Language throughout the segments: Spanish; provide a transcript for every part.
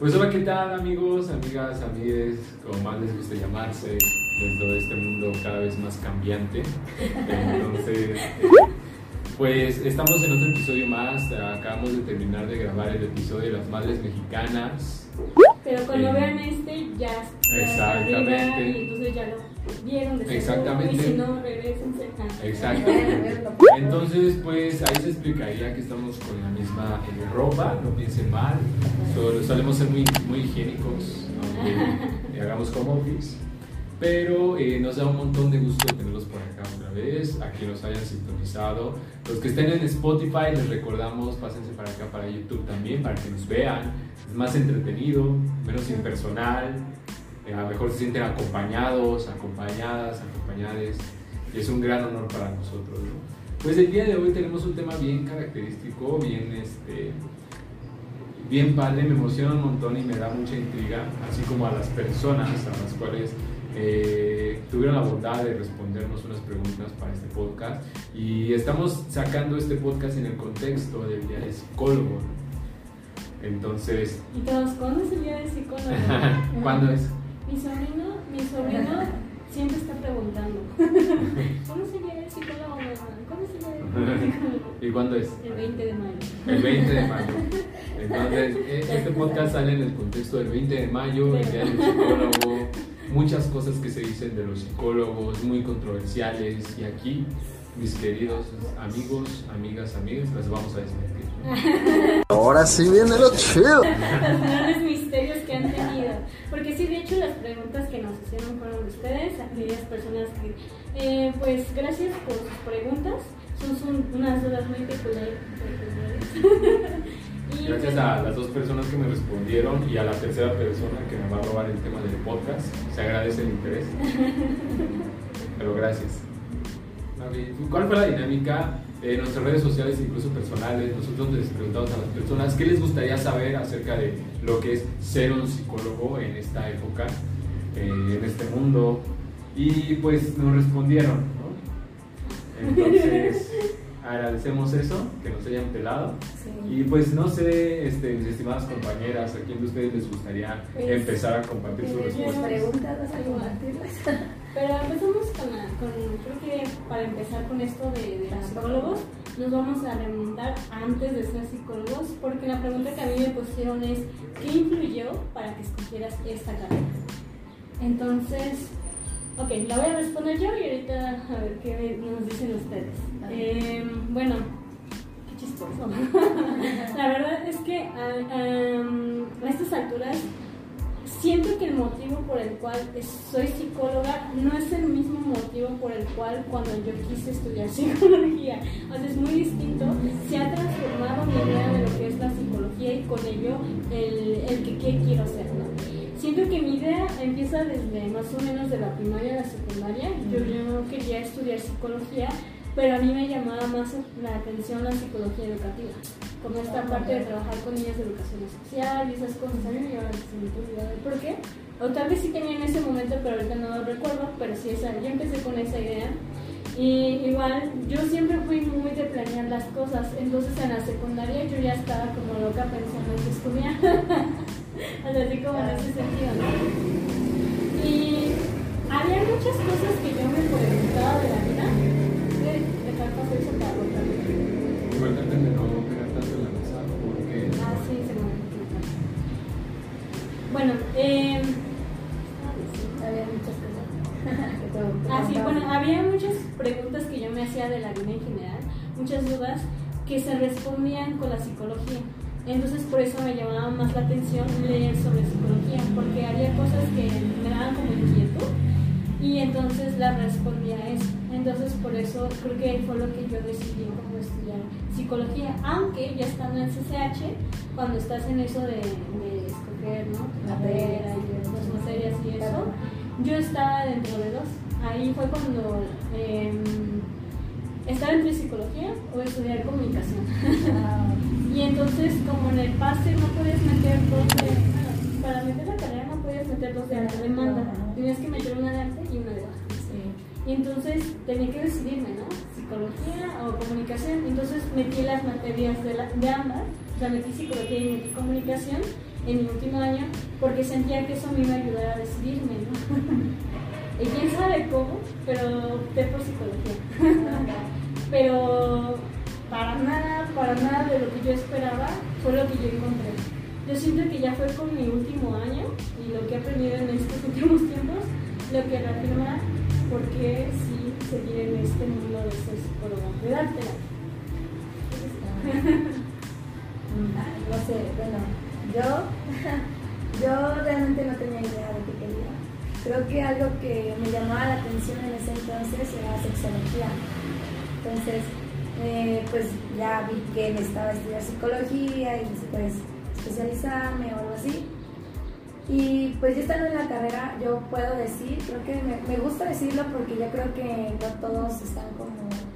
Pues hola, ¿qué tal amigos, amigas, amigues, como más les guste llamarse, dentro de este mundo cada vez más cambiante? Entonces, pues estamos en otro episodio más, acabamos de terminar de grabar el episodio de las madres mexicanas. Pero cuando vean este ya exactamente. Arriba, y entonces ya lo vieron de seguro. Exactamente. Y si no, regresense. Exacto. Entonces, pues ahí se explicaría que estamos con la misma ropa, no piensen mal. Solemos ser muy higiénicos, aunque hagamos home office. Pero nos da un montón de gusto tenerlos por acá otra vez, a quienes nos hayan sintonizado. Los que estén en Spotify, les recordamos, pásense para acá, para YouTube también, para que nos vean. Es más entretenido, menos impersonal, a lo mejor se sienten acompañados, acompañadas, acompañades, y es un gran honor para nosotros, ¿no? Pues el día de hoy tenemos un tema bien característico, bien padre, me emociona un montón y me da mucha intriga, así como a las personas a las cuales tuvieron la bondad de respondernos unas preguntas para este podcast, y estamos sacando este podcast en el contexto del Día del Psicólogo, ¿no? Entonces... ¿Y todos cuándo es el Día del Psicólogo? ¿Cuándo es? Mi sobrino siempre está preguntando ¿cuándo es el Día del Psicólogo? ¿Cuándo es el Día del Psicólogo? ¿Y cuándo es? El 20 de mayo. El 20 de mayo. Entonces, este podcast sale en el contexto del 20 de mayo, el Día del Psicólogo, muchas cosas que se dicen de los psicólogos, muy controversiales, y aquí, mis queridos amigos, amigas, las vamos a desmentir. Ahora sí viene lo chido. Los grandes misterios que han tenido. Porque sí, de hecho, las preguntas que nos hicieron fueron de ustedes, aquellas personas que, pues, gracias por sus preguntas. Son unas dudas muy peculiares. Gracias a las dos personas que me respondieron y a la tercera persona que me va a robar el tema del podcast. Se agradece el interés. Pero gracias. ¿Cuál fue la dinámica? En nuestras redes sociales, incluso personales, nosotros les preguntamos a las personas qué les gustaría saber acerca de lo que es ser un psicólogo en esta época, en este mundo, y pues nos respondieron, ¿no? Entonces agradecemos eso, que nos hayan pelado. Sí. Y pues no sé, mis estimadas compañeras, ¿a quién de ustedes les gustaría empezar a compartir sus respuestas? Preguntas, vas a compartirlas. Pero empezamos creo que para empezar con esto de los psicólogos, nos vamos a remontar antes de ser psicólogos, porque la pregunta que a mí me pusieron es, ¿qué influyó para que escogieras esta carrera? Entonces, ok, la voy a responder yo y ahorita a ver qué nos dicen ustedes. Bueno, qué chistoso. La verdad es que a estas alturas siento que el motivo por el cual soy psicóloga no es el mismo motivo por el cual cuando yo quise estudiar psicología. O sea, es muy distinto. Se ha transformado mi idea de lo que es la psicología y con ello el que qué quiero hacer, ¿no? Siento que mi idea empieza desde más o menos de la primaria a la secundaria. Yo quería estudiar psicología, pero a mí me llamaba más la atención la psicología educativa, como esta parte de trabajar con niños de educación especial y esas cosas. A mí me llevaba la ¿por qué? O tal vez sí tenía en ese momento, pero ahorita no lo recuerdo, pero sí, yo empecé con esa idea. Y igual, yo siempre fui muy de planear las cosas, entonces en la secundaria yo ya estaba como loca pensando en que estudiar. O sea, así como en ese sentido, ¿no? Y había muchas cosas que yo me preguntaba de la vida. Dejar pasar eso para otra vez. Igual traten de no pegar tanto en la mesa, porque... Sí, se me bueno, había muchas cosas. Sí, bueno, había muchas preguntas que yo me hacía de la vida en general, muchas dudas que se respondían con la psicología. Entonces por eso me llamaba más la atención leer sobre psicología, porque había cosas que me daban como inquietud y entonces la respondía a eso. Entonces por eso creo que fue lo que yo decidí como estudiar psicología, aunque ya estando en CCH, cuando estás en eso de escoger, ¿no?, tu carrera y las materias y eso, yo estaba dentro de dos. Ahí fue cuando estaba entre psicología o estudiar comunicación. Y entonces, como en el pase no podías meter para meter la carrera no podías meter dos de alta demanda, tenías que meter una de alta y una de baja. Sí. Y entonces tenía que decidirme, ¿no? Psicología o comunicación. Entonces metí las materias de ambas, o sea, metí psicología y metí comunicación. en mi último año, porque sentía que eso me iba a ayudar a decidirme, ¿no? Y quién sabe cómo, pero opté por psicología. Pero para nada de lo que yo esperaba fue lo que yo encontré. Yo siento que ya fue con mi último año y lo que he aprendido en estos últimos tiempos, lo que reafirma por qué sí seguir en este mundo de ser psicóloga, de dar terapia. No sé, bueno, yo realmente no tenía idea de qué quería. Creo que algo que me llamaba la atención en ese entonces era sexología. Entonces, pues ya vi que necesitaba estudiar psicología y después especializarme o algo así. Y pues ya estando en la carrera, yo puedo decir, creo que me gusta decirlo porque yo creo que no todos están como...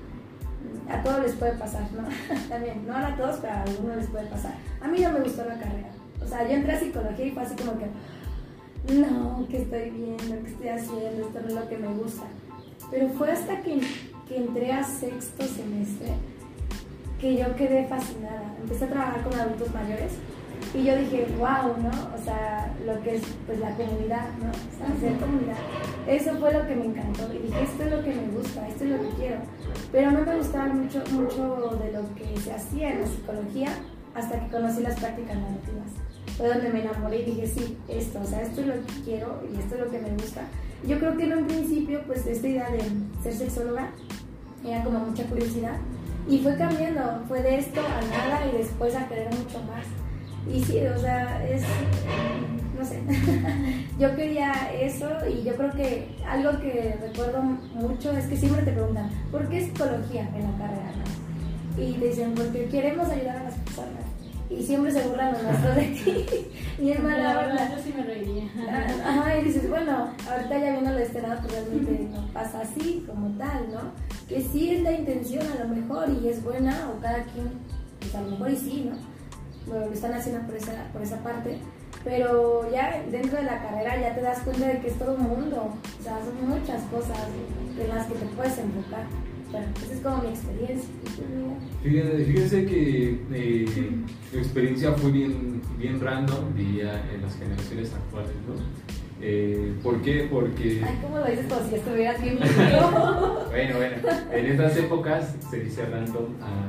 A todos les puede pasar, ¿no? También, no a todos, pero a algunos les puede pasar. A mí no me gustó la carrera. O sea, yo entré a psicología y fue así como que, no, ¿qué estoy viendo? ¿Qué estoy haciendo? Esto no es lo que me gusta. Pero fue hasta que entré a sexto semestre que yo quedé fascinada. Empecé a trabajar con adultos mayores y yo dije, wow, ¿no? O sea, lo que es pues la comunidad, ¿no? O sea, hacer comunidad. Eso fue lo que me encantó y dije, esto es lo que me gusta, esto es lo que quiero. Pero no me gustaba mucho de lo que se hacía en la psicología hasta que conocí las prácticas narrativas. Fue donde me enamoré y dije, sí, esto, o sea, esto es lo que quiero y esto es lo que me gusta. Yo creo que en un principio, pues, esta idea de ser sexóloga era como mucha curiosidad y fue cambiando, fue de esto a nada y después a querer mucho más. Y sí, o sea, es, no sé, yo quería eso y yo creo que algo que recuerdo mucho es que siempre te preguntan, ¿por qué psicología en la carrera? ¿No? Y te dicen, porque queremos ayudar a las personas. Y siempre se burlan los maestros de ti. Y es mala verdad, yo sí me reiría. Ajá, y dices, bueno, ahorita ya viéndolo de este lado, pues realmente no pasa así como tal, ¿no? Que sí es la intención a lo mejor y es buena, o cada quien, pues a lo mejor y sí, ¿no? Bueno, lo están haciendo por esa parte, pero ya dentro de la carrera ya te das cuenta de que es todo un mundo, o sea, son muchas cosas en las que te puedes enfocar. Bueno, esa es como mi experiencia. Fíjense que su experiencia fue bien random, diría, en las generaciones actuales, ¿no? ¿Por qué? Porque... Ay, ¿cómo lo dices como si estuvieras bien? Bueno, en estas épocas se dice random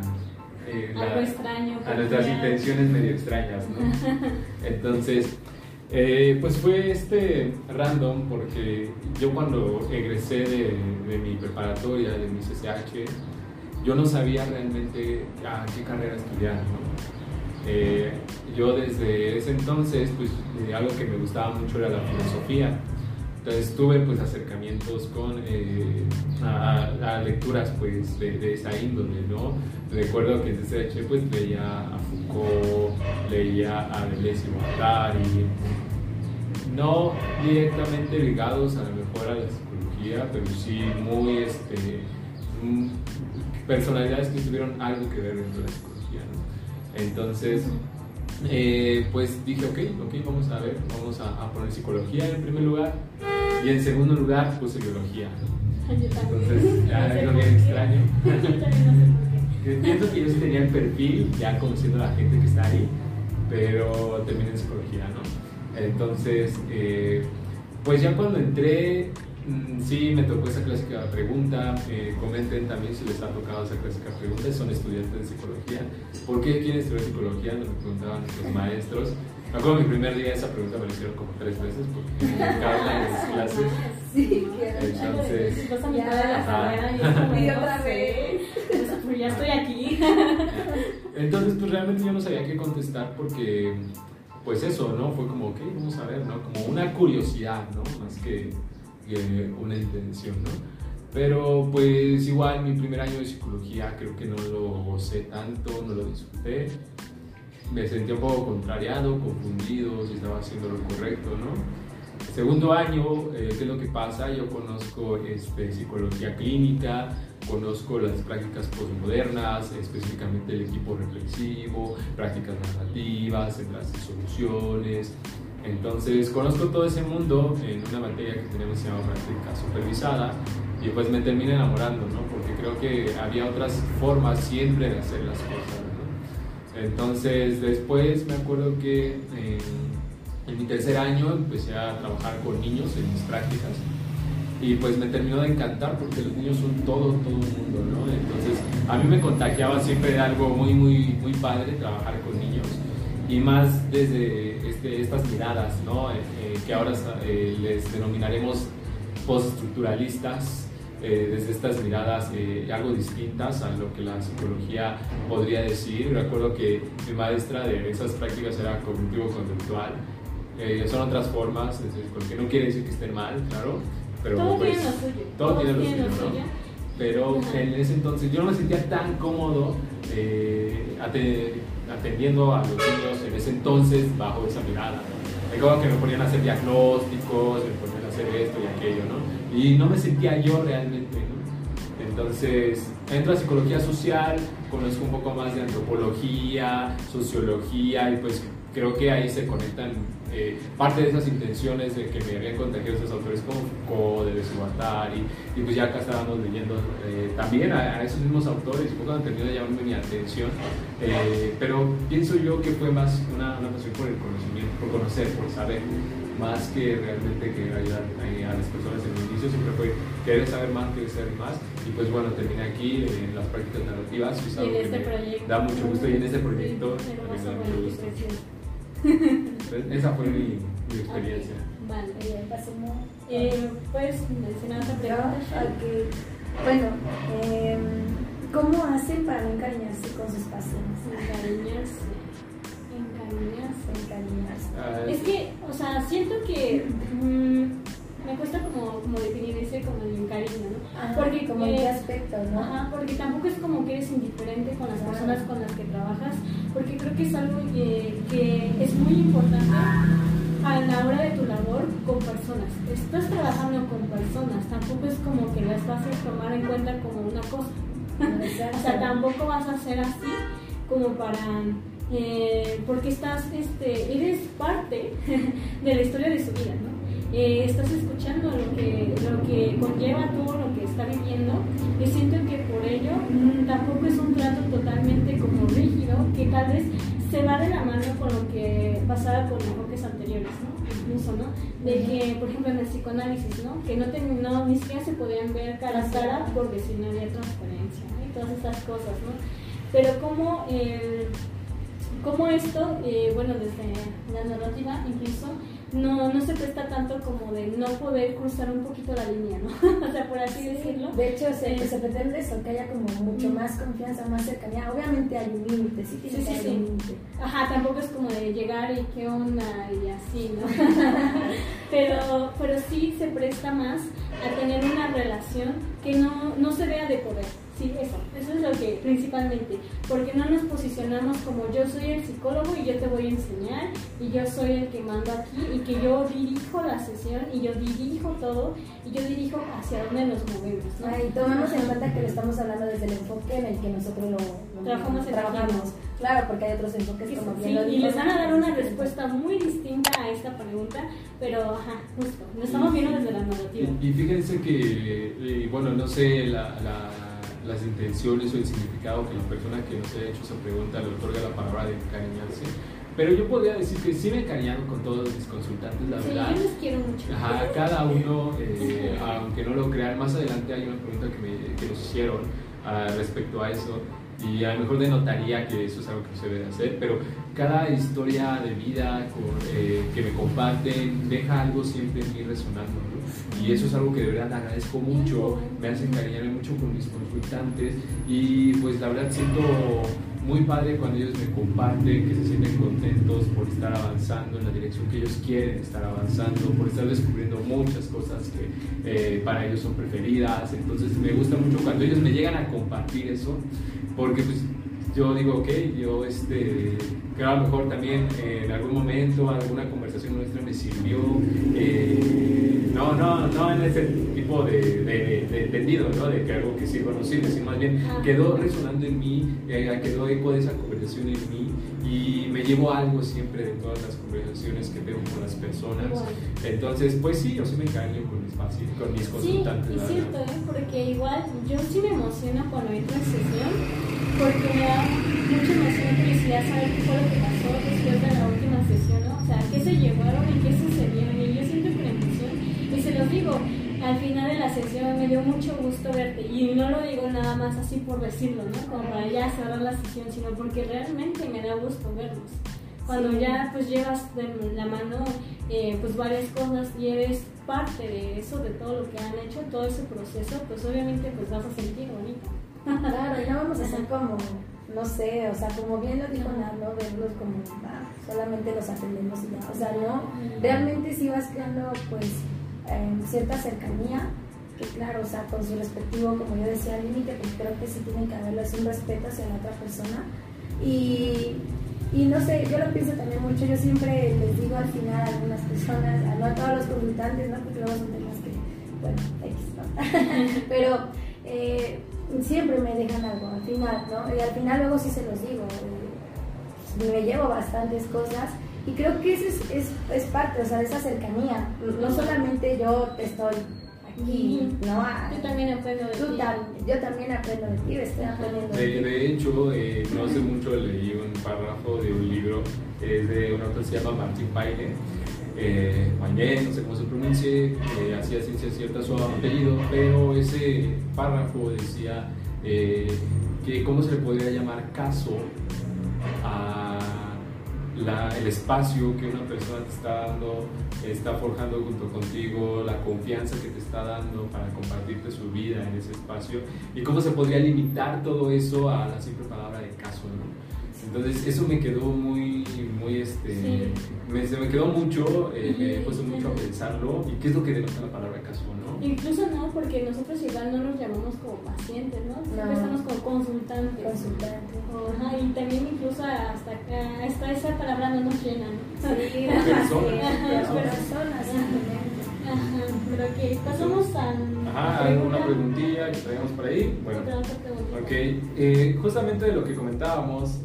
algo extraño. A nuestras intenciones medio extrañas, ¿no? Entonces, pues fue random porque yo cuando egresé de mi preparatoria, de mi CCH, yo no sabía realmente a qué carrera estudiar, ¿no? Yo desde ese entonces, pues algo que me gustaba mucho era la filosofía. Entonces tuve pues acercamientos con a lecturas pues de esa índole, ¿no? Recuerdo que en CCH pues leía a Foucault, leía a Deleuze y Guattari, no directamente ligados a lo mejor a la psicología, pero sí muy personalidades que tuvieron algo que ver dentro de la psicología, ¿no? Entonces pues dije, ok, vamos a poner psicología en primer lugar y en segundo lugar puse biología, ¿no? Entonces ya es lo bien extraño. Pienso que yo sí tenía el perfil, ya conociendo a la gente que está ahí, pero terminé en psicología, ¿no? Entonces, pues ya cuando entré, sí me tocó esa clásica pregunta. Comenten también si les ha tocado esa clásica pregunta, son estudiantes de psicología. ¿Por qué quieren estudiar psicología? Nos preguntaban nuestros maestros. Me acuerdo mi primer día esa pregunta me la hicieron como 3 veces porque me encanta en las clases. Sí, entonces, vas a mitad de la carrera y es como, y no otra sé, vez. pues ya estoy aquí. Entonces, pues realmente yo no sabía qué contestar porque, pues eso, ¿no? Fue como, ok, vamos a ver, ¿no? Como una curiosidad, ¿no? Más que una intención, ¿no? Pero pues igual mi primer año de psicología creo que no lo gocé tanto, no lo disfruté. Me sentí un poco contrariado, confundido, si estaba haciendo lo correcto, ¿no? Segundo año, ¿qué es lo que pasa? Yo conozco psicología clínica, conozco las prácticas postmodernas, específicamente el equipo reflexivo, prácticas narrativas, centros de soluciones. Entonces conozco todo ese mundo en una materia que tenemos que se llama práctica supervisada y pues me terminé enamorando, ¿no? Porque creo que había otras formas siempre de hacer las cosas, ¿no? Entonces después me acuerdo que En mi tercer año empecé a trabajar con niños en mis prácticas y pues me terminó de encantar porque los niños son todo el mundo, ¿no? Entonces a mí me contagiaba siempre algo muy padre trabajar con niños y más desde estas miradas, ¿no? Que ahora les denominaremos postestructuralistas, desde estas miradas algo distintas a lo que la psicología podría decir. Recuerdo que mi maestra de esas prácticas era cognitivo-conductual. Son otras formas, porque no quiere decir que estén mal, claro, pero todo pues, tiene lo suyo. Todo tiene lo suyo, ¿no? Pero en ese entonces yo no me sentía tan cómodo atendiendo a los niños en ese entonces bajo esa mirada, ¿no? Recuerdo que me ponían a hacer diagnósticos, me ponían a hacer esto y aquello, ¿no? Y no me sentía yo realmente, ¿no? Entonces entro a psicología social, conozco un poco más de antropología, sociología y pues creo que ahí se conectan parte de esas intenciones de que me habían contagiado esos autores como Foucault, Deleuze-Guattari, y pues ya acá estábamos leyendo también a esos mismos autores, y fue cuando terminó de llamarme mi atención, pero pienso yo que fue más una pasión por el conocimiento, por conocer, por saber, más que realmente que ayudar a las personas en el inicio. Siempre fue querer saber más, y pues bueno, terminé aquí en las prácticas narrativas, y es algo que me da mucho gusto, y en este proyecto también me da mucho gusto. Esa fue mi experiencia. Vale, pasemos. Pues mencionar otra pregunta. Bueno, ¿cómo hacen para no encariñarse con sus pacientes? Encariñarse. Es que, o sea, siento que me cuesta como definir ese como el cariño, ¿no? Ajá, porque como en qué aspecto, ¿no? Ajá, porque tampoco es como que eres indiferente con las personas con las que trabajas, porque creo que es algo que es muy importante a la hora de tu labor con personas. Estás trabajando con personas, tampoco es como que las vas a tomar en cuenta como una cosa. O sea, tampoco vas a ser así como para... porque eres parte de la historia de su vida, ¿no? Estás escuchando lo que conlleva todo lo que está viviendo, y siento que por ello tampoco es un trato totalmente como rígido, que tal vez se va de la mano con lo que pasaba con enfoques anteriores, ¿no? Incluso, ¿no? De que, por ejemplo, en el psicoanálisis, ¿no? Que no ni siquiera se podían ver cara a cara porque si no había transparencia, ¿no? Y todas esas cosas, ¿no? Pero como esto, bueno, desde la narrativa incluso, no se presta tanto como de no poder cruzar un poquito la línea, ¿no? O sea, por así decirlo. De hecho, se pretende eso, que haya como mucho más confianza, más cercanía. Obviamente hay un límite, sí tiene que haber un límite. Ajá, tampoco es como de llegar y qué onda y así, ¿no? pero sí se presta más a tener una relación que no se vea de poder. Sí, eso es lo que principalmente, porque no nos posicionamos como yo soy el psicólogo y yo te voy a enseñar y yo soy el que mando aquí y que yo dirijo la sesión y yo dirijo todo y yo dirijo hacia dónde nos movemos, ¿no? Y tomamos en cuenta que lo estamos hablando desde el enfoque en el que nosotros lo trabajamos. Claro, porque hay otros enfoques como bien lo dijo, y les van a dar una respuesta muy distinta a esta pregunta, pero ajá, justo, lo estamos viendo desde la narrativa. Y fíjense que, bueno, no sé las intenciones o el significado que la persona que nos haya hecho esa pregunta le otorga la palabra de encariñarse, pero yo podría decir que sí me he encariñado con todos mis consultantes, la verdad. Yo les quiero mucho. Ajá, cada uno, aunque no lo crean, más adelante hay una pregunta que nos hicieron respecto a eso, y a lo mejor denotaría que eso es algo que no se debe hacer, pero cada historia de vida que me comparten deja algo siempre en mí resonando, ¿no? Y eso es algo que de verdad agradezco mucho, me hace encariñarme mucho con mis consultantes, y pues la verdad siento muy padre cuando ellos me comparten que se sienten contentos por estar avanzando en la dirección que ellos quieren estar avanzando, por estar descubriendo muchas cosas que para ellos son preferidas. Entonces me gusta mucho cuando ellos me llegan a compartir eso, porque pues yo digo, ok, yo que a lo mejor también en algún momento alguna conversación nuestra me sirvió, no en ese tipo de entendido, ¿no? De que algo que sirva no sirve, sino más bien quedó resonando en mí, quedó eco de esa conversación en mí, y me llevo algo siempre de todas las conversaciones que tengo con las personas. Wow. Entonces, pues sí, yo sí me encariño con mis pacientes, con mis consultantes. Sí, es cierto, porque igual yo sí me emociono cuando entro en sesión, porque me da mucha emoción y curiosidad saber qué fue lo que pasó después de la última sesión, ¿no? O sea, qué se llevaron y qué sucedieron. Y yo siento que la emoción, y se los digo, al final de la sesión me dio mucho gusto verte. Y no lo digo nada más así por decirlo, ¿no? Como para ya cerrar la sesión, sino porque realmente me da gusto verlos. Cuando ya pues llevas de la mano pues varias cosas y eres parte de eso, de todo lo que han hecho, todo ese proceso, pues obviamente pues vas a sentir bonito. Claro, y no vamos a hacer como, no sé, o sea, como bien lo dijo Nando, verlos como, solamente los atendemos y ya, o sea, no, realmente sí vas creando pues cierta cercanía, que claro, o sea, con su respectivo, como yo decía, límite, pues creo que sí tiene que haberles un respeto hacia la otra persona. Y no sé, yo lo pienso también mucho, yo siempre les digo al final a algunas personas, no a todos los consultantes, ¿no? Porque luego son temas que, bueno, X, ¿no? Pero siempre me dejan algo al final, ¿no? Y al final luego sí se los digo, me llevo bastantes cosas y creo que eso es parte, o sea, de esa cercanía. No solamente yo te estoy aquí, ¿no? Yo también aprendo de ti. Yo también aprendo de ti, estoy aprendiendo de ti. De hecho, no hace mucho leí un párrafo de un libro, es de un autor que se llama Martin Paine, no sé cómo se pronuncie, hacía ciencia cierta su apellido, pero ese párrafo decía que cómo se le podría llamar caso a el espacio que una persona te está dando, está forjando junto contigo, la confianza que te está dando para compartirte su vida en ese espacio, y cómo se podría limitar todo eso a la simple palabra de caso, ¿no? Entonces eso me quedó muy sí. se me quedó mucho, me he puesto mucho a pensarlo, y qué es lo que denota la palabra caso, ¿no? Incluso no, porque nosotros igual no nos llamamos como pacientes, ¿no? Siempre estamos como consultantes. Ajá, y también incluso hasta esa palabra no nos llena, ¿no? Sí, personas, simplemente. Ajá, pero que pasamos ¿alguna preguntilla que traíamos por ahí? Bueno, ok, justamente de lo que comentábamos,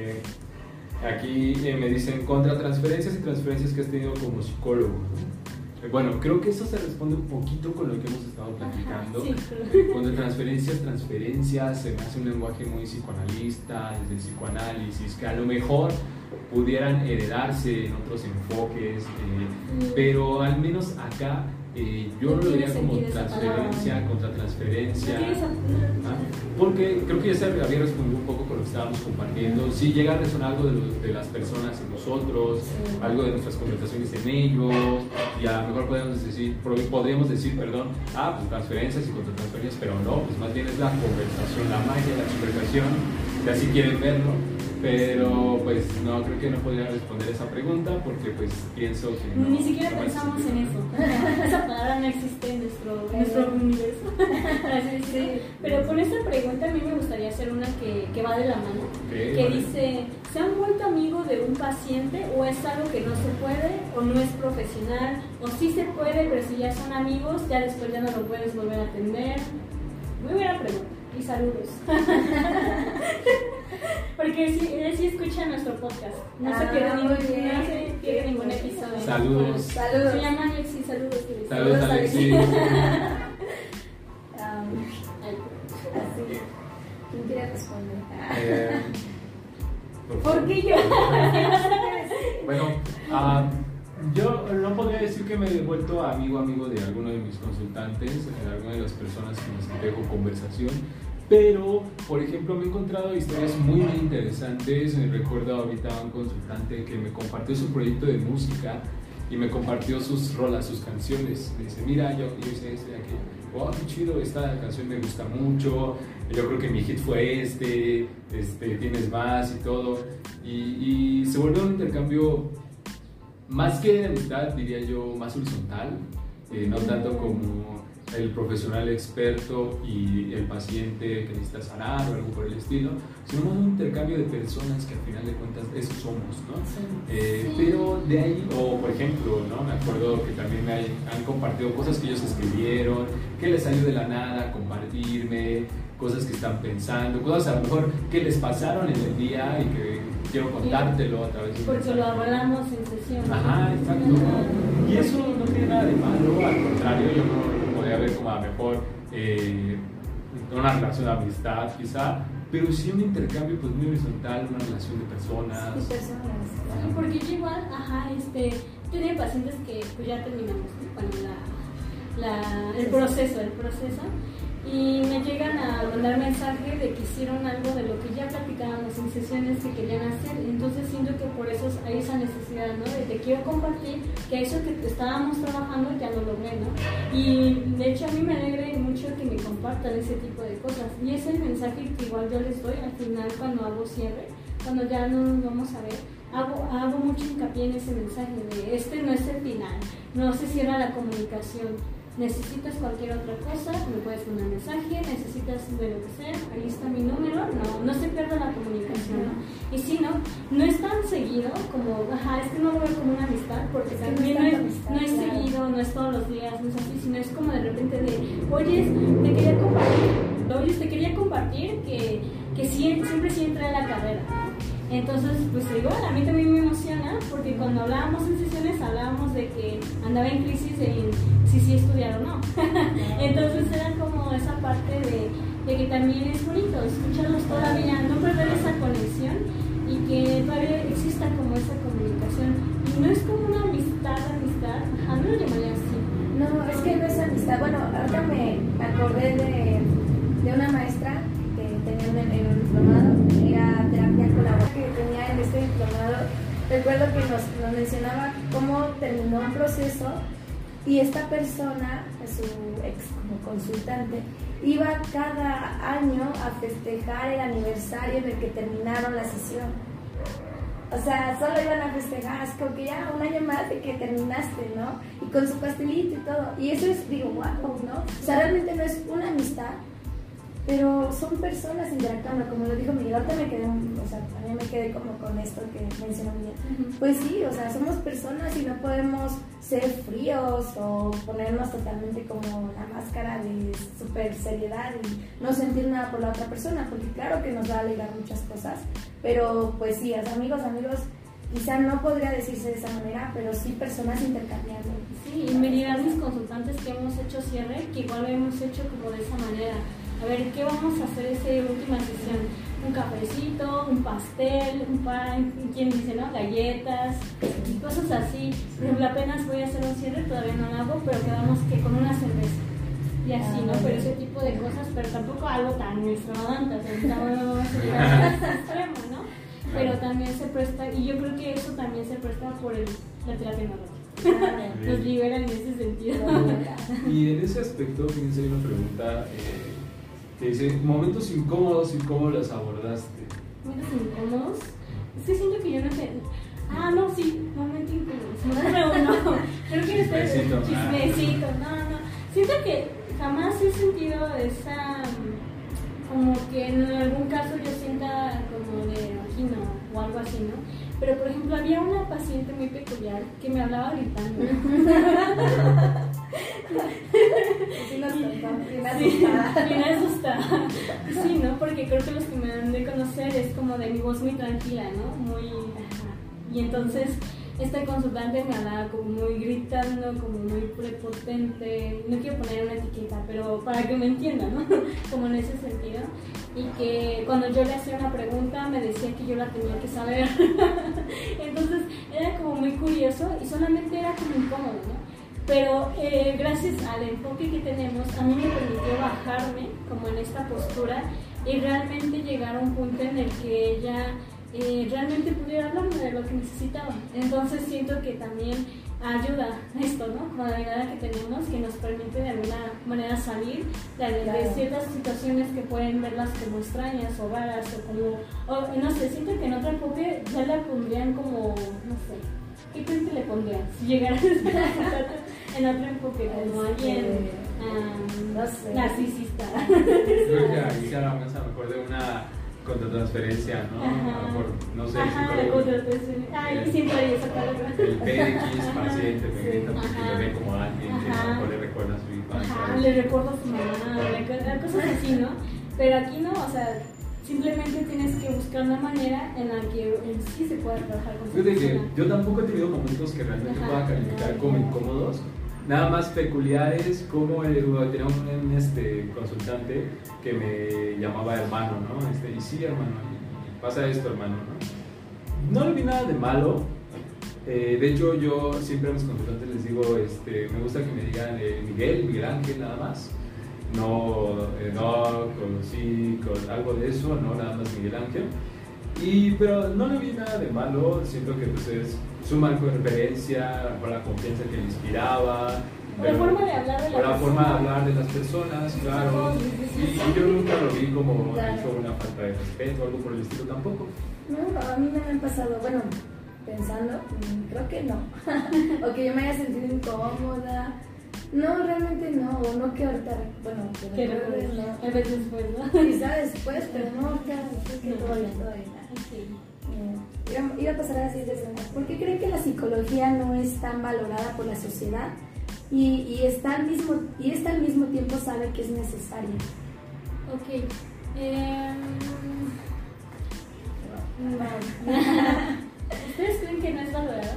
aquí me dicen contra transferencias y transferencias que has tenido como psicólogo. Bueno, creo que eso se responde un poquito con lo que hemos estado platicando. Sí. Contra transferencias, se me hace un lenguaje muy psicoanalista, desde el psicoanálisis, que a lo mejor pudieran heredarse en otros enfoques, pero al menos acá yo lo vería como transferencia contra transferencia, porque creo que ya se había respondido un poco con lo que estábamos compartiendo. Si llega a resonar algo de las personas en nosotros, algo de nuestras conversaciones en ellos, y a lo mejor podríamos decir, pues transferencias y contra transferencias, pero no, pues más bien es la conversación, la magia de la conversación, si así quieren verlo. Pero pues no, creo que no podría responder esa pregunta porque pues pienso que no, ni siquiera pensamos en eso. Esa palabra no existe en nuestro universo. Sí. Pero con esta pregunta a mí me gustaría hacer una que va de la mano, que dice: ¿se han vuelto amigos de un paciente o es algo que no se puede o no es profesional, o sí se puede pero si ya son amigos ya después ya no lo puedes volver a atender? Muy buena pregunta y saludos. Porque sí escucha nuestro podcast. No se pierde ningún episodio. Saludos. Se llama Alexis, saludos. Saludos, Alexis. ¿Quién quiere responder? ¿Por qué yo? Bueno, yo no podría decir que me he vuelto amigo de alguno de mis consultantes, de alguna de las personas con las que tengo conversación. Pero, por ejemplo, me he encontrado historias muy interesantes. Recuerdo ahorita a un consultante que me compartió su proyecto de música y me compartió sus rolas, sus canciones. Me dice: mira, yo hice este, aquello. Wow, qué chido, esta canción me gusta mucho. Yo creo que mi hit fue tienes más y todo. Y se volvió un intercambio más que de amistad, diría yo, más horizontal. No tanto como el profesional experto y el paciente que necesita sanar o algo por el estilo, sino un intercambio de personas que al final de cuentas eso somos, ¿no? Sí. Pero de ahí, o por ejemplo, ¿no? Me acuerdo que también han compartido cosas que ellos escribieron, que les salió de la nada compartirme, cosas que están pensando, cosas a lo mejor que les pasaron en el día y que quiero contártelo a través de porque lo hablamos en sesión. Ajá, exacto. Y eso no tiene nada de malo, al contrario, yo no podría ver como a lo mejor una relación de amistad quizá, pero sí un intercambio pues muy horizontal, una relación de personas. Sí, personas. Sí, porque yo igual, tenía pacientes que pues ya terminamos, ¿no? Bueno, el proceso, y me llegan a mandar mensaje de que hicieron algo de lo que ya platicábamos en sesiones que querían hacer. Entonces siento que por eso hay esa necesidad, ¿no? De te quiero compartir que eso que estábamos trabajando ya lo logré, ¿no? Y de hecho a mí me alegra mucho que me compartan ese tipo de cosas, y es el mensaje que igual yo les doy al final cuando hago cierre, cuando ya no nos vamos a ver. Hago mucho hincapié en ese mensaje de este no es el final, no se cierra la comunicación. Necesitas cualquier otra cosa, me puedes mandar mensaje, necesitas de lo que sea, ahí está mi número, no se pierda la comunicación, ¿no? Y sí, no es tan seguido como, es que no lo veo como una amistad, porque también no es seguido, no es todos los días, no es así, sino es como de repente de, oye, te quería compartir que siempre sí entré a la carrera. Entonces, pues igual, a mí también me emociona, porque cuando hablábamos en sesiones, hablábamos de que andaba en crisis de si sí estudiar o no. Entonces era como esa parte de que también es bonito escucharlos todavía, no perder esa conexión y que todavía exista como esa comunicación. Y no es como una amistad, no lo llamaría así. No, es que no es amistad. Bueno, ahora me acordé de una maestra que tenía en un diplomado, era terapia colaborativa, que tenía en este diplomado. Recuerdo que nos mencionaba cómo terminó un proceso y esta persona, su ex como consultante, iba cada año a festejar el aniversario en el que terminaron la sesión. O sea, solo iban a festejar, es como que ya un año más de que terminaste, ¿no? Y con su pastelito y todo. Y eso es, digo, wow, ¿no? O sea, realmente no es una amistad, pero son personas interactuando, como lo dijo Miguel. Ahorita también me quedé como con esto que mencionó Miguel. Pues sí, o sea, somos personas y no podemos ser fríos o ponernos totalmente como la máscara de super seriedad y no sentir nada por la otra persona, porque claro que nos va a alegrar muchas cosas, pero pues sí, amigos, quizá no podría decirse de esa manera, pero sí personas intercambiando. Sí, y me dirán mis consultantes que hemos hecho cierre, que igual lo hemos hecho como de esa manera. A ver, ¿qué vamos a hacer esa última sesión? Un cafecito, un pastel, un pan, ¿quién dice, no? Galletas y cosas así. Por ejemplo, apenas voy a hacer un cierre, todavía no lo hago, pero quedamos que con una cerveza. Y así, ¿no? Pero ese tipo de cosas, pero tampoco algo tan extravagante, o sea, no extremo, ¿no? Pero también se presta, y yo creo que eso también se presta por la terapia narrativa. Nos liberan en ese sentido. Y en ese aspecto, fíjense, hay una pregunta que dice, momentos incómodos y cómo los abordaste. ¿Momentos incómodos? Es que siento que yo no sé. No, sí, momentos incómodos. No, creo que es chismecito. No. Siento que jamás he sentido esa, como que en algún caso yo sienta como de angina o algo así, ¿no? Pero por ejemplo, había una paciente muy peculiar que me hablaba gritando. Bien asustada. Sí, ¿no? Porque creo que los que me han de conocer es como de mi voz muy tranquila, ¿no? Muy... Y entonces este consultante me hablaba como muy gritando, como muy prepotente. No quiero poner una etiqueta, pero para que me entiendan, ¿no? Como en ese sentido. Y que cuando yo le hacía una pregunta me decía que yo la tenía que saber. Entonces era como muy curioso y solamente era como incómodo, ¿no? Pero gracias al enfoque que tenemos, a mí me permitió bajarme como en esta postura y realmente llegar a un punto en el que ella realmente pudiera hablarme de lo que necesitaba. Entonces siento que también ayuda esto, ¿no? Como la mirada que tenemos, que nos permite de alguna manera salir de ciertas situaciones que pueden verlas como extrañas o raras o no sé, siento que en otro enfoque ya la pondrían como, no sé, ¿qué creen que le pondrían? Si llegaras en otro enfoque, como alguien no sé, narcisista. Creo que ahí se habla mejor de una contratransferencia, ¿no? A lo mejor, no sé, la contratransferencia. Siempre hay esa palabra. El PX, paciente, me grita porque lo ve como alguien que a lo mejor le recuerda a su infancia. Le recuerda a su mamá, cosas así, ¿no? Pero aquí no, o sea, simplemente tienes que buscar una manera en la que en sí se pueda trabajar con su persona. Fíjate que yo tampoco he tenido momentos que realmente pueda calificar como incómodos, nada más peculiares, como tenía un consultante que me llamaba hermano, ¿no? Y sí, hermano, pasa esto, hermano, ¿no? No le vi nada de malo. De hecho, yo siempre a mis consultantes les digo, me gusta que me digan Miguel Ángel nada más. No, conocí con algo de eso, no nada más Miguel Ángel. Pero no le vi nada de malo, siento que pues es su marco de referencia, por la confianza que le inspiraba. Por la forma de hablar de la forma de hablar de las personas, claro. Y yo nunca lo vi como hecho una falta de respeto o algo por el estilo tampoco. No, a mí me han pasado, bueno, pensando, creo que no. O que yo me haya sentido incómoda. No, realmente no, o no que ahorita, bueno, que recuerdes, no. A veces después, ¿no? Quizá después, pero no, claro, creo que todo bien. Sí. Iba a pasar a la siguiente pregunta. ¿Por qué creen que la psicología no es tan valorada por la sociedad y está al mismo tiempo sabe que es necesaria? Ok. ¿Ustedes creen que no es valorada?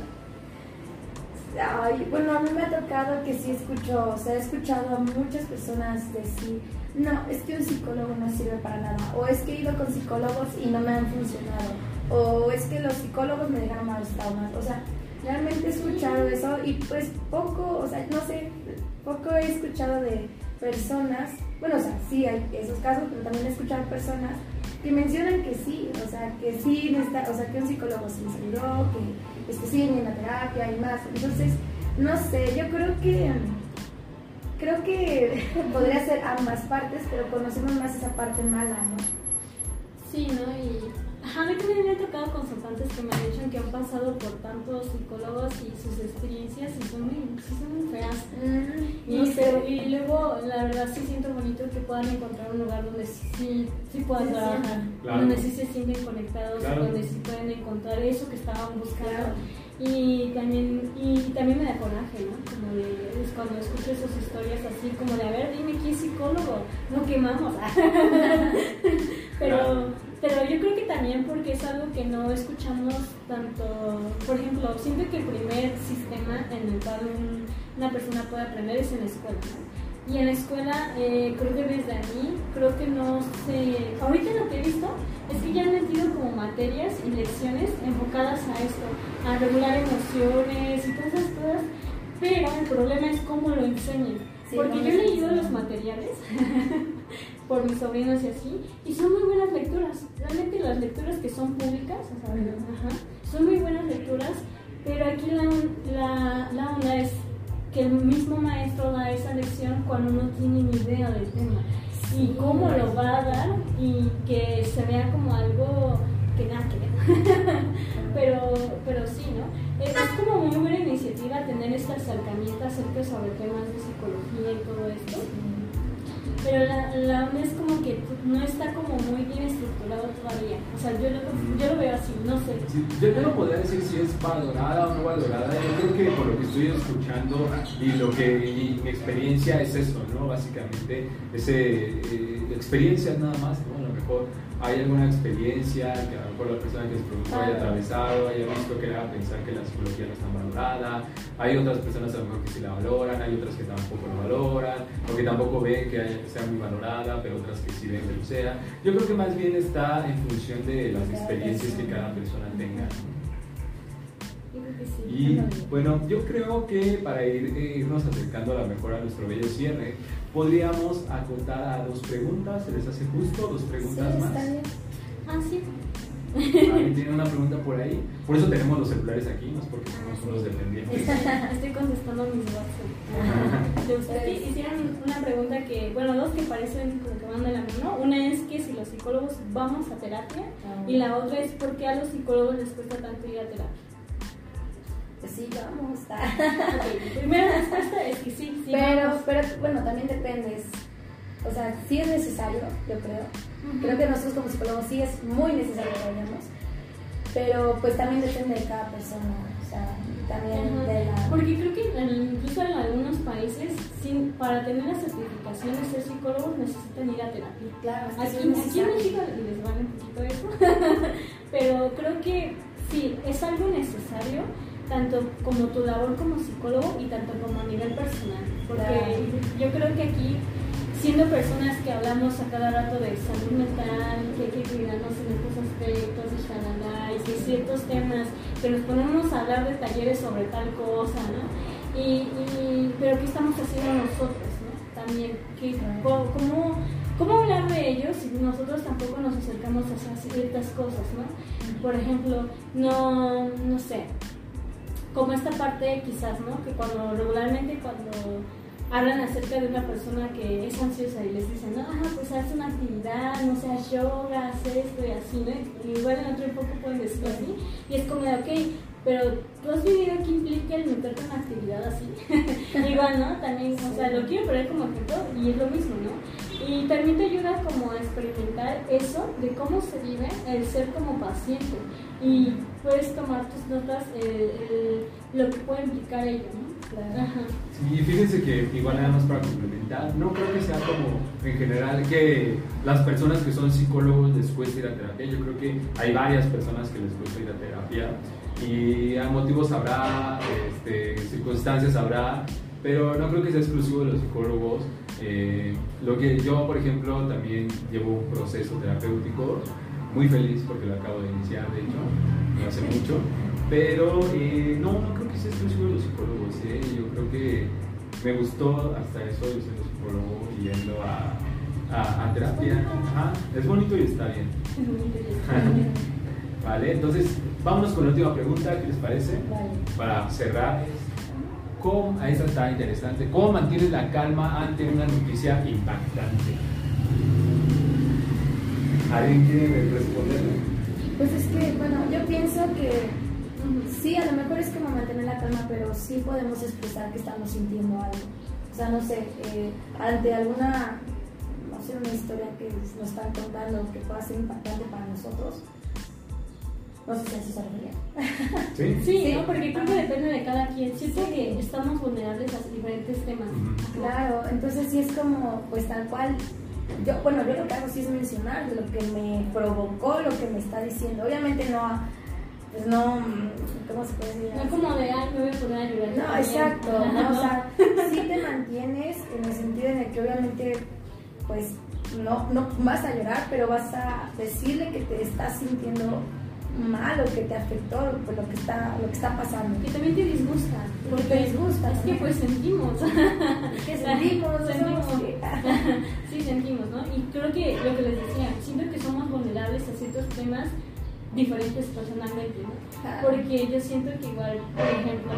Ay, bueno, a mí me ha tocado que sí he escuchado a muchas personas decir, no, es que un psicólogo no sirve para nada, o es que he ido con psicólogos y no me han funcionado, o es que los psicólogos me dejaron malos traumas. O sea, realmente he escuchado eso y pues poco, o sea, no sé, poco he escuchado de personas, bueno, o sea, sí hay esos casos, pero también he escuchado personas que mencionan que sí, o sea, que sí necesita, o sea, que un psicólogo sí les ayudó, que siguen en la terapia y más. Entonces, no sé, yo creo que podría ser ambas partes, pero conocemos más esa parte mala, ¿no? Sí, ¿no? Y a mí también me ha tocado consultantes que me han dicho que han pasado por tantos psicólogos y sus experiencias y son muy feas. Y luego, la verdad, sí siento bonito que puedan encontrar un lugar donde sí puedan trabajar, claro. Donde sí se sienten conectados, claro. Donde sí pueden encontrar eso que estaban buscando. Claro. Y también me da coraje, ¿no? Como es cuando escucho esas historias así, como de, a ver, dime quién es psicólogo, no quemamos. Pero yo creo que también porque es algo que no escuchamos tanto. Por ejemplo, siento que el primer sistema en el cual una persona puede aprender es en la escuela, ¿no? Y en la escuela, creo que desde ahí, creo que no sé. Ahorita lo que he visto es que ya han metido como materias y lecciones enfocadas a esto, a regular emociones y todas esas cosas, pero el problema es cómo lo enseñan. Sí, porque yo he leído los materiales por mis sobrinos y así, y son muy buenas lecturas. Realmente las lecturas que son públicas, o sea, son muy buenas lecturas, pero aquí la onda es que el mismo maestro da esa lección cuando no tiene ni idea del tema. Sí. Y cómo lo va a dar y que se vea como algo que nada que ver. pero sí, ¿no? Es como muy buena iniciativa tener este acercamiento acerca sobre temas de psicología y todo esto. Pero la onda es como que no está como muy bien estructurado todavía. O sea, yo lo veo así, no sé. Sí, yo no podría decir si es valorada o no valorada. Yo creo que por lo que estoy escuchando y mi experiencia es eso, ¿no? Básicamente, experiencias nada más, ¿no? A lo mejor hay alguna experiencia que a lo mejor la persona que se preguntó haya atravesado, haya visto que le haga pensar que la psicología no está valorada. Hay otras personas a lo mejor que sí la valoran, hay otras que tampoco la valoran, o que tampoco ven que sea muy valorada, pero otras que sí ven que lo sea. Yo creo que más bien está en función de las experiencias que cada persona tenga. Y bueno, yo creo que para irnos acercando a lo mejor a nuestro bello cierre, podríamos acotar a 2 preguntas. ¿Se les hace justo? 2 preguntas más. Está bien. Sí. ¿Alguien tiene una pregunta por ahí? Por eso tenemos los celulares aquí, no es porque somos unos dependientes. Estoy contestando mis WhatsApp. ¿De ustedes hicieron una pregunta que, bueno, 2 que parecen como que van de la mano? Una es que si los psicólogos vamos a terapia, y la otra es por qué a los psicólogos les cuesta tanto ir a terapia. Pues sí, vamos. Okay, primera respuesta es que sí, pero bueno, también depende. O sea, sí es necesario, yo creo. Creo que nosotros como psicólogos sí es muy necesario que vayamos, pero pues también depende de cada persona, o sea, también de la... Porque creo que incluso en algunos países, para tener las certificaciones de ser psicólogos necesitan ir a terapia. Claro, aquí en México les vale un poquito eso, pero creo que sí, es algo necesario, tanto como tu labor como psicólogo y tanto como a nivel personal, porque yo creo que aquí, siendo personas que hablamos a cada rato de salud mental, que hay que cuidarnos en estos aspectos, y shalala, y que ciertos temas, que nos ponemos a hablar de talleres sobre tal cosa, ¿no? Pero ¿qué estamos haciendo nosotros, ¿no? También, ¿cómo hablar de ellos si nosotros tampoco nos acercamos a hacer ciertas cosas, ¿no? Por ejemplo, no sé, como esta parte quizás, ¿no? Que regularmente cuando hablan acerca de una persona que es ansiosa y les dicen, no, pues haz una actividad, no seas yoga, haz esto y así, ¿no? Igual en otro enfoque pueden decirlo así, y es como de, ok, pero tú has vivido que implica el meterte en una actividad así. Igual, ¿no? También, o sea, lo quiero poner como ejemplo y es lo mismo, ¿no? Y también te ayuda como a experimentar eso de cómo se vive el ser como paciente y puedes tomar tus notas, lo que puede implicar ello, ¿no? Claro. Ajá. Sí, fíjense que igual nada más para complementar, no creo que sea como en general que las personas que son psicólogos les cueste ir a terapia. Yo creo que hay varias personas que les cuesta ir a terapia y a motivos habrá, circunstancias habrá, pero no creo que sea exclusivo de los psicólogos. Lo que yo, por ejemplo, también llevo un proceso terapéutico muy feliz porque lo acabo de iniciar, de hecho, no hace mucho, pero no creo que sea exclusivo de los psicólogos. Yo creo que me gustó hasta eso, yo siendo psicólogo y yendo a terapia. Ajá, es bonito y está bien. Es bonito y está bien. Vale, entonces vámonos con la última pregunta, ¿qué les parece? Vale. Para cerrar, esa está interesante. ¿Cómo mantienes la calma ante una noticia impactante? ¿Alguien quiere responderme? Pues es que, bueno, yo pienso que sí, a lo mejor es como mantener la calma, pero sí podemos expresar que estamos sintiendo algo. O sea, no sé, ante alguna, no sé, una historia que nos están contando que pueda ser impactante para nosotros. No sé si a eso se refería. Sí, Sí, ¿no? Porque creo que depende de cada quien. Siento que estamos vulnerables a diferentes temas. Claro, entonces sí es como, pues tal cual. Yo lo que hago sí es mencionar lo que me provocó, lo que me está diciendo. Obviamente pues no, ¿cómo se puede decir? No como de, me voy a poner a llorar. No, exacto, ¿no? O sea, sí te mantienes en el sentido en el que obviamente, pues, no vas a llorar, pero vas a decirle que te estás sintiendo mal o que te afectó por lo que está pasando. Que también te disgusta. Porque te disgusta. Es que pues sentimos. Que sentimos. Sí, sentimos, ¿no? Y creo que lo que les decía, siento que somos vulnerables a ciertos temas diferentes personalmente, ¿no? Porque yo siento que igual, por ejemplo,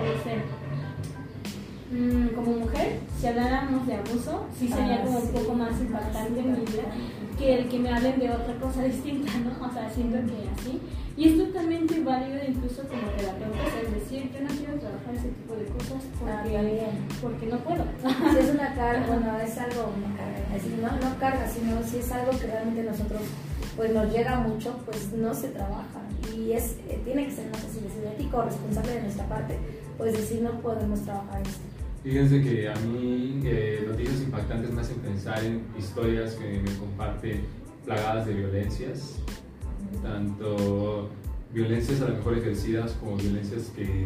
como mujer, si habláramos de abuso, sí sería como un poco más impactante en mi vida que el que me hablen de otra cosa distinta, ¿no? O sea, siento que así. Y es totalmente válido incluso como terapeuta, es decir, yo no quiero trabajar ese tipo de cosas porque no puedo. Si es una carga, bueno, es algo, una carga, es decir, no carga, sino si es algo que realmente nosotros pues nos llega mucho, pues no se trabaja. Y tiene que ser, no sé si decir, ético o responsable de nuestra parte, pues decir, no podemos trabajar esto. Fíjense que a mí noticias impactantes me hacen pensar en historias que me comparten plagadas de violencias, tanto violencias a lo mejor ejercidas como violencias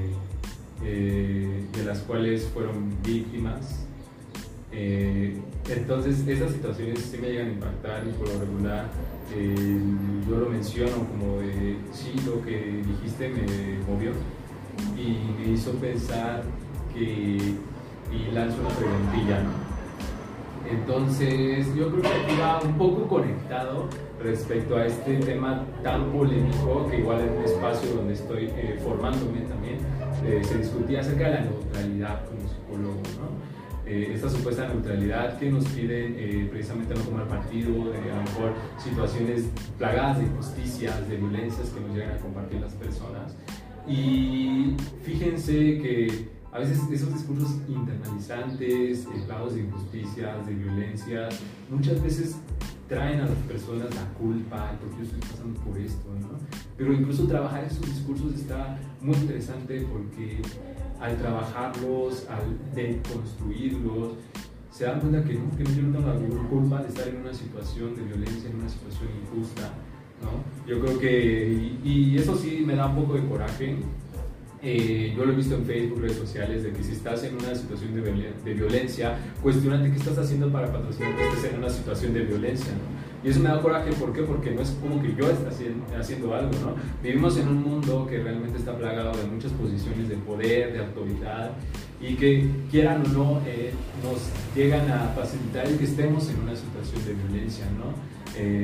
de las cuales fueron víctimas. Entonces esas situaciones sí me llegan a impactar y por lo regular yo lo menciono como de sí, lo que dijiste me movió y me hizo pensar y lanzo una preguntilla, ¿no? Entonces yo creo que aquí va un poco conectado respecto a este tema tan polémico que igual en un espacio donde estoy formándome también se discutía acerca de la neutralidad como psicólogo, ¿no? Esta supuesta neutralidad que nos piden precisamente no tomar partido de a lo mejor situaciones plagadas de injusticias, de violencias que nos llegan a compartir las personas. Y fíjense que a veces esos discursos internalizantes, plagados de injusticias, de violencias, muchas veces traen a las personas la culpa, porque yo estoy pasando por esto, ¿no? Pero incluso trabajar esos discursos está muy interesante porque al trabajarlos, al deconstruirlos, se dan cuenta que yo no tengo la culpa de estar en una situación de violencia, en una situación injusta, ¿no? Yo creo que, y eso sí me da un poco de coraje, yo lo he visto en Facebook, redes sociales, de que si estás en una situación de violencia, cuestionate qué estás haciendo para patrocinar que estés en una situación de violencia, ¿no? Y eso me da coraje, ¿por qué? Porque no es como que yo esté haciendo algo, ¿no? Vivimos en un mundo que realmente está plagado de muchas posiciones de poder, de autoridad, y que quieran o no, nos llegan a facilitar el que estemos en una situación de violencia, ¿no?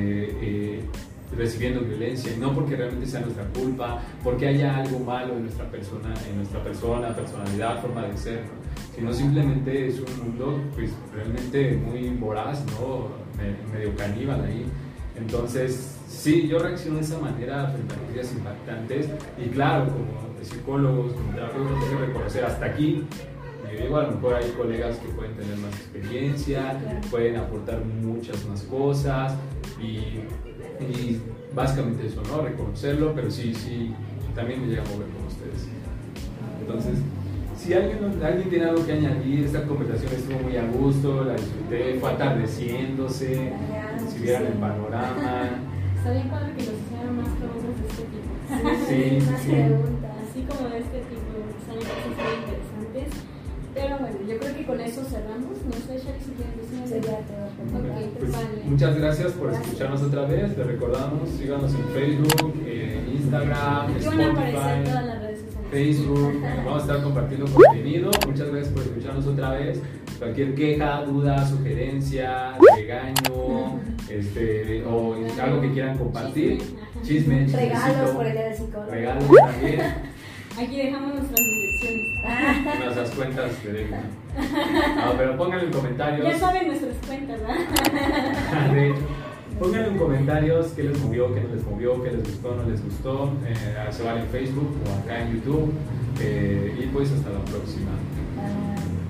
Recibiendo violencia, y no porque realmente sea nuestra culpa, porque haya algo malo en nuestra persona, personalidad, forma de ser, ¿no? Sino simplemente es un mundo pues realmente muy voraz, ¿no? Medio caníbal ahí. Entonces, sí, yo reacciono de esa manera frente a noticias impactantes, y claro, como psicólogos, como terapeutas, hay que reconocer hasta aquí. Yo digo, a lo mejor hay colegas que pueden tener más experiencia, pueden aportar muchas más cosas, y básicamente eso, ¿no? Reconocerlo, pero sí, también me llega a mover con ustedes. Entonces, si alguien tiene algo que añadir, esta conversación estuvo muy a gusto, la disfruté, fue atardeciéndose, si vieran el panorama. Está bien padre que nos hicieran más preguntas de este tipo. Más preguntas. Así como de este tipo, están cosas muy interesantes. Pero bueno, yo creo que con eso cerramos. No sé, Shari, si quieres decir algo. Sería todo. Okay, pues, vale. muchas gracias por escucharnos otra vez. Les recordamos, síganos en Facebook, Instagram, Aquí van a aparecer Spotify, todas las redes sociales. Facebook. Vamos a estar compartiendo contenido. Muchas gracias por escucharnos otra vez. Cualquier queja, duda, sugerencia, regaño, o algo que quieran compartir, chisme, Regalos por el día del psicólogo. regalos también. Aquí dejamos nuestras direcciones. Nuestras cuentas de débito. No, pero pónganlo en comentarios. Ya saben nuestras cuentas, ¿verdad? De hecho, pónganlo en comentarios qué les movió, qué no les movió, qué les gustó, no les gustó. Se vale en Facebook o acá en YouTube. Y pues hasta la próxima.